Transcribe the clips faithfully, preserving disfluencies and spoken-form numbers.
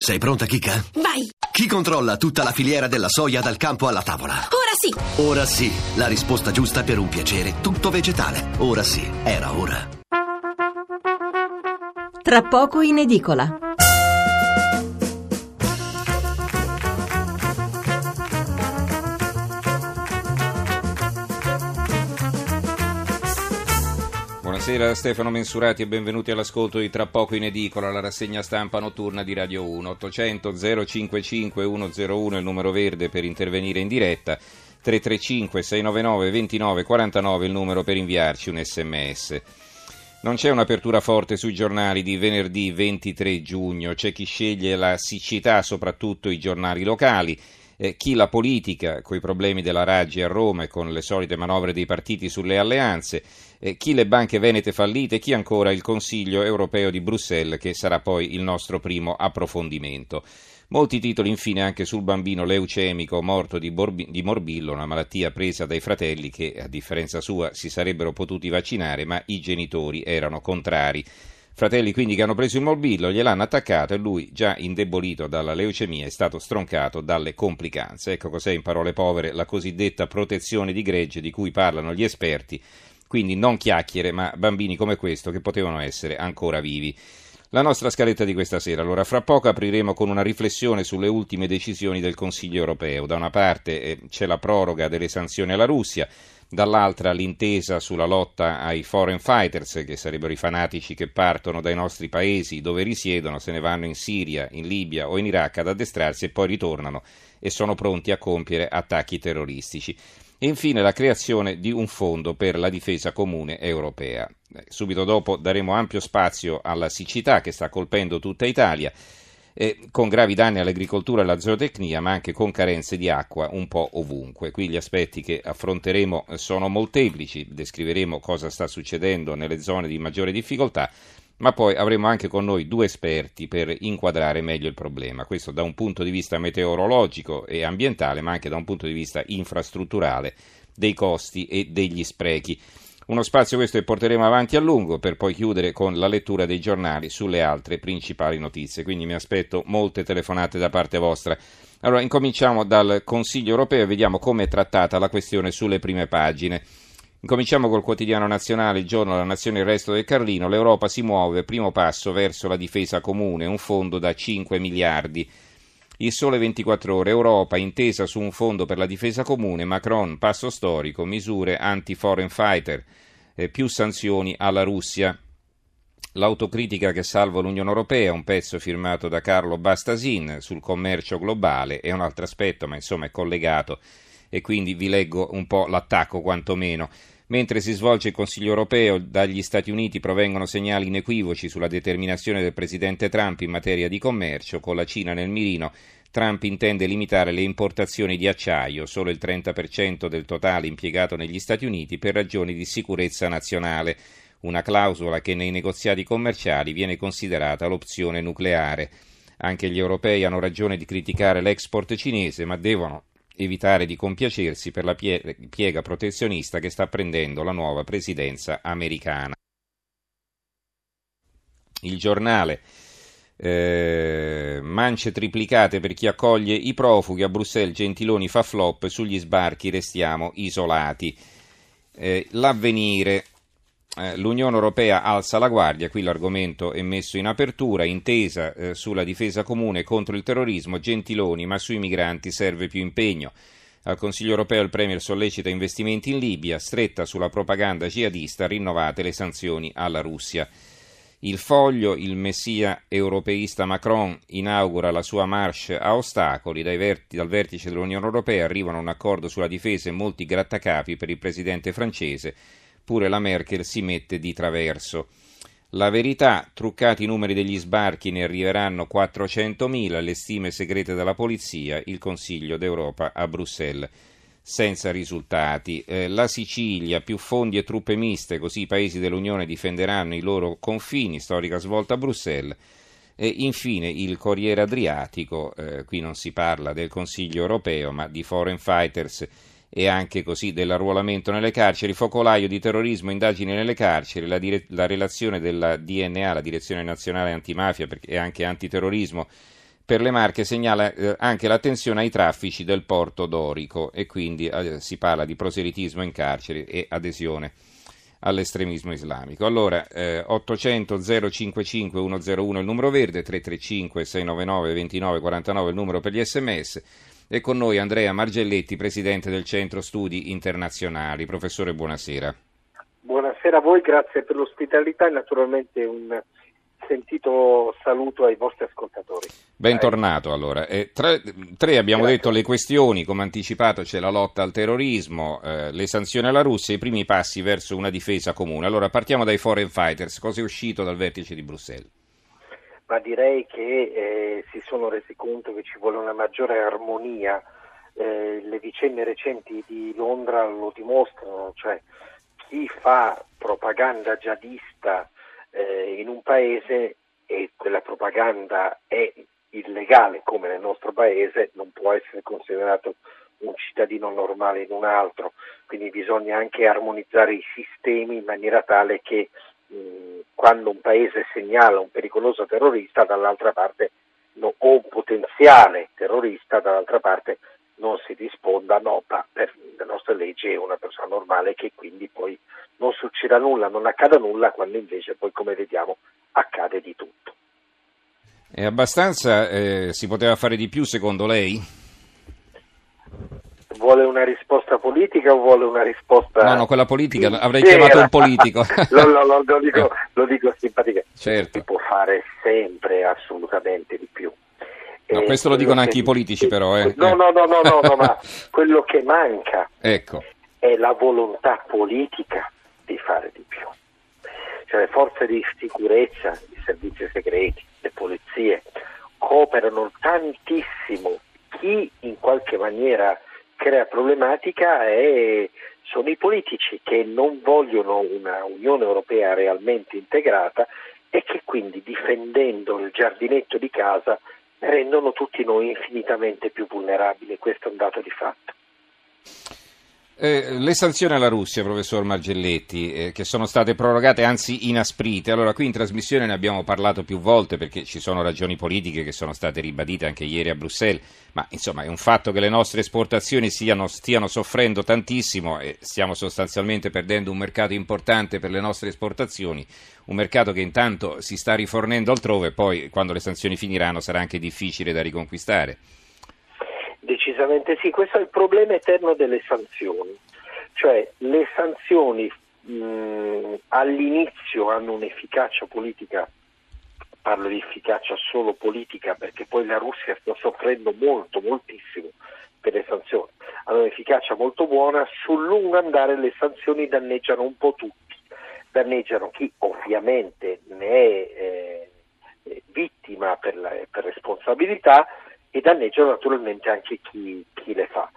Sei pronta, Kika? Vai! Chi controlla tutta la filiera della soia dal campo alla tavola? Ora sì! Ora sì, la risposta giusta per un piacere tutto vegetale. Ora sì, era ora. Tra poco in edicola. Buonasera Stefano Mensurati e benvenuti all'ascolto di Tra poco in edicola, la rassegna stampa notturna di Radio uno. ottocento zero cinquantacinque centouno è il numero verde per intervenire in diretta, tre tre cinque sei nove nove due nove quattro nove il numero per inviarci un sms. Non c'è un'apertura forte sui giornali di venerdì ventitré giugno, c'è chi sceglie la siccità, soprattutto i giornali locali. Eh, chi la politica, coi problemi della Raggi a Roma e con le solite manovre dei partiti sulle alleanze, eh, chi le banche venete fallite, chi ancora il Consiglio europeo di Bruxelles, che sarà poi il nostro primo approfondimento. Molti titoli infine anche sul bambino leucemico morto di, borbi- di morbillo, una malattia presa dai fratelli che a differenza sua si sarebbero potuti vaccinare, ma i genitori erano contrari. Fratelli quindi che hanno preso il morbillo, gliel'hanno attaccato e lui, già indebolito dalla leucemia, è stato stroncato dalle complicanze. Ecco cos'è in parole povere la cosiddetta protezione di gregge di cui parlano gli esperti. Quindi non chiacchiere, ma bambini come questo che potevano essere ancora vivi. La nostra scaletta di questa sera, allora, fra poco apriremo con una riflessione sulle ultime decisioni del Consiglio europeo. Da una parte eh, c'è la proroga delle sanzioni alla Russia, dall'altra l'intesa sulla lotta ai foreign fighters, che sarebbero i fanatici che partono dai nostri paesi dove risiedono, se ne vanno in Siria, in Libia o in Iraq ad addestrarsi e poi ritornano e sono pronti a compiere attacchi terroristici. E infine la creazione di un fondo per la difesa comune europea. Subito dopo daremo ampio spazio alla siccità che sta colpendo tutta Italia, eh, con gravi danni all'agricoltura e alla zootecnia, ma anche con carenze di acqua un po' ovunque. Qui gli aspetti che affronteremo sono molteplici, descriveremo cosa sta succedendo nelle zone di maggiore difficoltà, ma poi avremo anche con noi due esperti per inquadrare meglio il problema, questo da un punto di vista meteorologico e ambientale, ma anche da un punto di vista infrastrutturale, dei costi e degli sprechi. Uno spazio questo che porteremo avanti a lungo per poi chiudere con la lettura dei giornali sulle altre principali notizie, quindi mi aspetto molte telefonate da parte vostra. Allora, incominciamo dal Consiglio europeo e vediamo come è trattata la questione sulle prime pagine. Incominciamo col quotidiano nazionale, il giorno, la nazione e il resto del Carlino. L'Europa si muove, primo passo verso la difesa comune, un fondo da cinque miliardi. Il Sole ventiquattro ore, Europa, intesa su un fondo per la difesa comune, Macron, passo storico, misure anti-foreign fighter, eh, più sanzioni alla Russia. L'autocritica che salva l'Unione Europea, un pezzo firmato da Carlo Bastasin sul commercio globale, è un altro aspetto, ma insomma è collegato, e quindi vi leggo un po' l'attacco quantomeno. Mentre si svolge il Consiglio europeo, dagli Stati Uniti provengono segnali inequivoci sulla determinazione del presidente Trump in materia di commercio. Con la Cina nel mirino, Trump intende limitare le importazioni di acciaio, solo il trenta per cento del totale impiegato negli Stati Uniti, per ragioni di sicurezza nazionale, una clausola che nei negoziati commerciali viene considerata l'opzione nucleare. Anche gli europei hanno ragione di criticare l'export cinese, ma devono evitare di compiacersi per la pie- piega protezionista che sta prendendo la nuova presidenza americana. Il giornale, eh, mance triplicate per chi accoglie i profughi, a Bruxelles Gentiloni fa flop, sugli sbarchi restiamo isolati. Eh, l'Avvenire, eh, l'Unione Europea alza la guardia, qui l'argomento è messo in apertura, intesa eh, sulla difesa comune contro il terrorismo, Gentiloni, ma sui migranti serve più impegno. Al Consiglio Europeo il Premier sollecita investimenti in Libia, stretta sulla propaganda jihadista, rinnovate le sanzioni alla Russia. Il Foglio, il messia europeista Macron inaugura la sua marche a ostacoli, dai verti, dal vertice dell'Unione Europea arrivano un accordo sulla difesa e molti grattacapi per il presidente francese, pure la Merkel si mette di traverso. La Verità, truccati i numeri degli sbarchi, ne arriveranno quattrocentomila, le stime segrete della polizia, il Consiglio d'Europa a Bruxelles, senza risultati. Eh, la Sicilia, più fondi e truppe miste, così i paesi dell'Unione difenderanno i loro confini, storica svolta a Bruxelles. E infine il Corriere Adriatico, eh, qui non si parla del Consiglio Europeo, ma di foreign fighters e anche così dell'arruolamento nelle carceri, focolaio di terrorismo, indagini nelle carceri, la, dire- la relazione della D N A, la Direzione Nazionale Antimafia e anche Antiterrorismo, per le Marche segnala eh, anche l'attenzione ai traffici del porto dorico e quindi eh, si parla di proselitismo in carcere e adesione all'estremismo islamico. Allora, eh, ottocento zero cinquantacinque centocinque il numero verde, tre tre cinque sei nove nove due nove quattro nove il numero per gli sms. E con noi Andrea Margelletti, presidente del Centro Studi Internazionali. Professore, buonasera. Buonasera a voi, grazie per l'ospitalità e naturalmente un sentito saluto ai vostri ascoltatori. Bentornato allora. Eh, tre, tre abbiamo Grazie. detto le questioni, come anticipato c'è la lotta al terrorismo, eh, le sanzioni alla Russia e i primi passi verso una difesa comune. Allora partiamo dai foreign fighters, cosa è uscito dal vertice di Bruxelles? Ma direi che eh, si sono resi conto che ci vuole una maggiore armonia, eh, le vicende recenti di Londra lo dimostrano, cioè chi fa propaganda jihadista Eh, in un paese e quella propaganda è illegale come nel nostro paese non può essere considerato un cittadino normale in un altro, quindi bisogna anche armonizzare i sistemi in maniera tale che mh, quando un paese segnala un pericoloso terrorista dall'altra parte no, o un potenziale terrorista dall'altra parte non si risponda no, ma per le nostre leggi è una persona normale che quindi poi non succeda nulla, non accada nulla, quando invece poi come vediamo accade di tutto. È abbastanza, eh, si poteva fare di più secondo lei? Vuole una risposta politica o vuole una risposta... No, no, quella politica, sincera? Avrei chiamato un politico. lo, lo, lo, lo, dico, lo dico simpatica. Certo. Si può fare sempre assolutamente di più. No, questo lo dicono anche i politici però. Eh. No, no, no, no, no, no, ma quello che manca ecco. è la volontà politica di fare di più. Cioè le forze di sicurezza, i servizi segreti, le polizie cooperano tantissimo. Chi in qualche maniera crea problematica è, sono i politici che non vogliono una Unione Europea realmente integrata e che quindi difendendo il giardinetto di casa rendono tutti noi infinitamente più vulnerabili, questo è un dato di fatto. Eh, le sanzioni alla Russia, professor Margelletti, eh, che sono state prorogate, anzi inasprite, allora qui in trasmissione ne abbiamo parlato più volte perché ci sono ragioni politiche che sono state ribadite anche ieri a Bruxelles, ma insomma è un fatto che le nostre esportazioni siano, stiano soffrendo tantissimo e stiamo sostanzialmente perdendo un mercato importante per le nostre esportazioni, un mercato che intanto si sta rifornendo altrove e poi quando le sanzioni finiranno sarà anche difficile da riconquistare. Decisamente sì, questo è il problema eterno delle sanzioni, cioè le sanzioni mh, all'inizio hanno un'efficacia politica, parlo di efficacia solo politica perché poi la Russia sta soffrendo molto, moltissimo per le sanzioni, hanno un'efficacia molto buona, sul lungo andare le sanzioni danneggiano un po' tutti, danneggiano chi ovviamente ne è eh, vittima per, la, per responsabilità, e danneggiano naturalmente anche chi, chi le fa.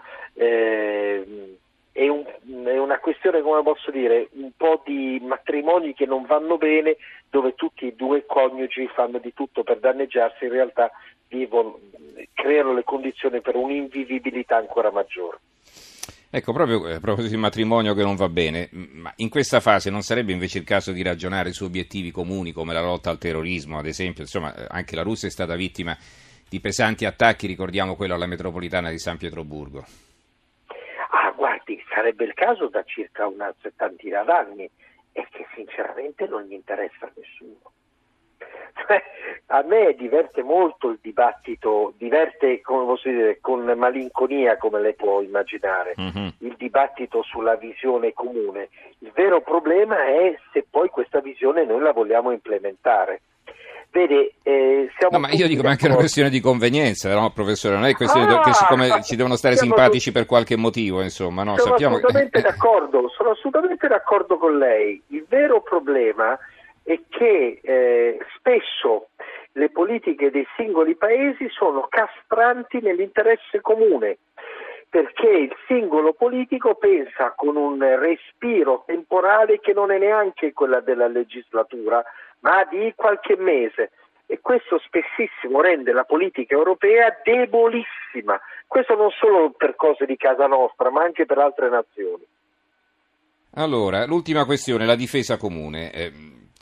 Eh, è, un, è una questione, come posso dire, un po' di matrimoni che non vanno bene, dove tutti e due coniugi fanno di tutto per danneggiarsi, in realtà vivono, creano le condizioni per un'invivibilità ancora maggiore. Ecco, proprio a proposito di matrimonio che non va bene, ma in questa fase non sarebbe invece il caso di ragionare su obiettivi comuni come la lotta al terrorismo, ad esempio? Insomma, anche la Russia è stata vittima di pesanti attacchi, ricordiamo quello alla metropolitana di San Pietroburgo. Ah, guardi, sarebbe il caso da circa una settantina d'anni e che sinceramente non gli interessa a nessuno. Cioè, a me diverte molto il dibattito, diverte, come posso dire, con malinconia, come lei può immaginare, mm-hmm. il dibattito sulla visione comune. Il vero problema è se poi questa visione noi la vogliamo implementare. Vede, eh, siamo no, ma io dico, ma anche una questione di convenienza, no, professore? Non è questione ah, che siccome ci devono stare simpatici tutti... per qualche motivo, insomma, no? Sono Sappiamo assolutamente che... d'accordo, sono assolutamente d'accordo con lei. Il vero problema è che eh, spesso le politiche dei singoli paesi sono castranti nell'interesse comune, perché il singolo politico pensa con un respiro temporale che non è neanche quella della legislatura, ma di qualche mese, e questo spessissimo rende la politica europea debolissima, questo non solo per cose di casa nostra, ma anche per altre nazioni. Allora, l'ultima questione, la difesa comune. Eh,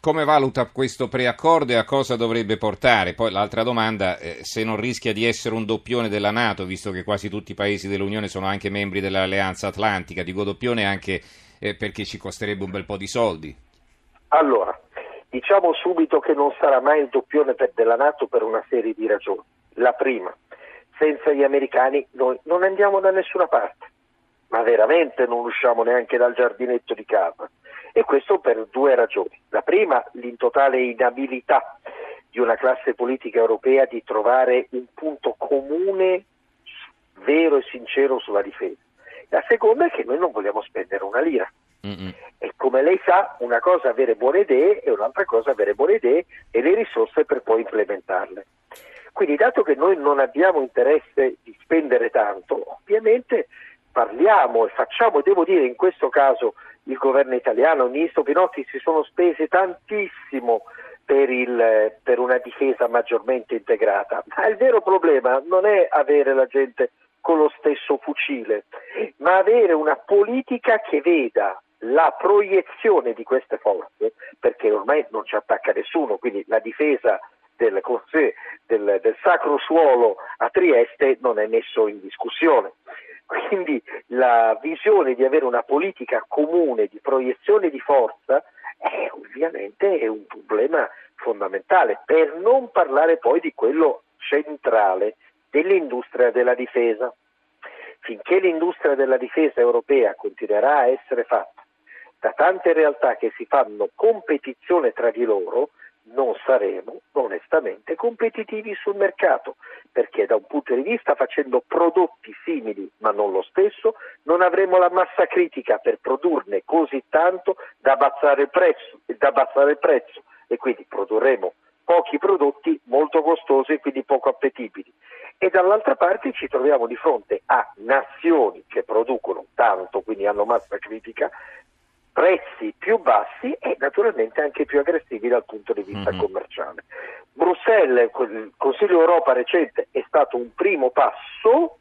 come valuta questo preaccordo e a cosa dovrebbe portare? Poi l'altra domanda, eh, se non rischia di essere un doppione della NATO, visto che quasi tutti i paesi dell'Unione sono anche membri dell'Alleanza Atlantica, dico doppione anche eh, perché ci costerebbe un bel po' di soldi. Allora, diciamo subito che non sarà mai il doppione per della NATO per una serie di ragioni. La prima, senza gli americani noi non andiamo da nessuna parte, ma veramente non usciamo neanche dal giardinetto di casa. E questo per due ragioni. La prima, l'intotale inabilità di una classe politica europea di trovare un punto comune vero e sincero sulla difesa. La seconda è che noi non vogliamo spendere una lira. Mm-mm. E come lei sa, una cosa è avere buone idee e un'altra cosa è avere buone idee e le risorse per poi implementarle. Quindi, dato che noi non abbiamo interesse di spendere tanto, ovviamente parliamo e facciamo, e devo dire in questo caso il governo italiano, il ministro Pinotti si sono spese tantissimo per, il, per una difesa maggiormente integrata, ma il vero problema non è avere la gente con lo stesso fucile, ma avere una politica che veda la proiezione di queste forze, perché ormai non ci attacca nessuno, quindi la difesa del, del, del Sacro Suolo a Trieste non è messo in discussione. Quindi la visione di avere una politica comune di proiezione di forza è ovviamente è un problema fondamentale, per non parlare poi di quello centrale dell'industria della difesa. Finché l'industria della difesa europea continuerà a essere fatta da tante realtà che si fanno competizione tra di loro, non saremo onestamente competitivi sul mercato, perché da un punto di vista facendo prodotti simili ma non lo stesso, non avremo la massa critica per produrne così tanto da abbassare il prezzo, da abbassare il prezzo e quindi produrremo pochi prodotti molto costosi e quindi poco appetibili. E dall'altra parte ci troviamo di fronte a nazioni che producono tanto, quindi hanno massa critica, prezzi più bassi e naturalmente anche più aggressivi dal punto di vista mm-hmm. commerciale. Bruxelles, il Consiglio Europa recente, è stato un primo passo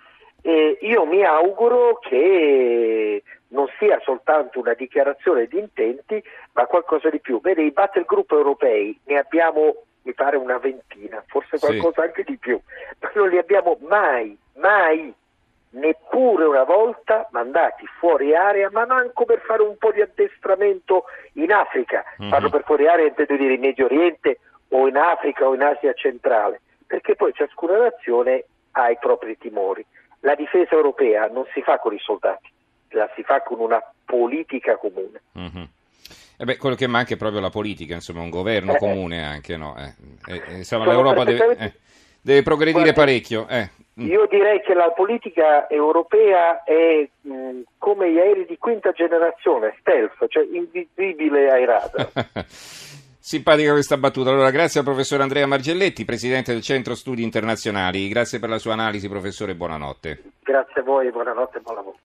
e io mi auguro che non sia soltanto una dichiarazione di intenti, ma qualcosa di più. Vede, i battle group europei ne abbiamo, mi pare, una ventina, forse qualcosa sì. anche di più, ma non li abbiamo mai, mai neppure una volta mandati fuori area, ma manco per fare un po' di addestramento in Africa. Mm-hmm. Parlo per fuori area, intendo dire in Medio Oriente o in Africa o in Asia centrale, perché poi ciascuna nazione ha i propri timori. La difesa europea non si fa con i soldati, la si fa con una politica comune. Mm-hmm. E beh, quello che manca è proprio la politica, insomma, un governo eh, comune anche, no? Eh, eh, insomma, l'Europa deve, eh, deve progredire Guarda, parecchio. Eh. Io direi che la politica europea è mh, come gli aerei di quinta generazione, stealth, cioè invisibile ai radar. Simpatica questa battuta. Allora, grazie al professor Andrea Margelletti, presidente del Centro Studi Internazionali. Grazie per la sua analisi, professore, buonanotte. Grazie a voi, buonanotte e buon lavoro.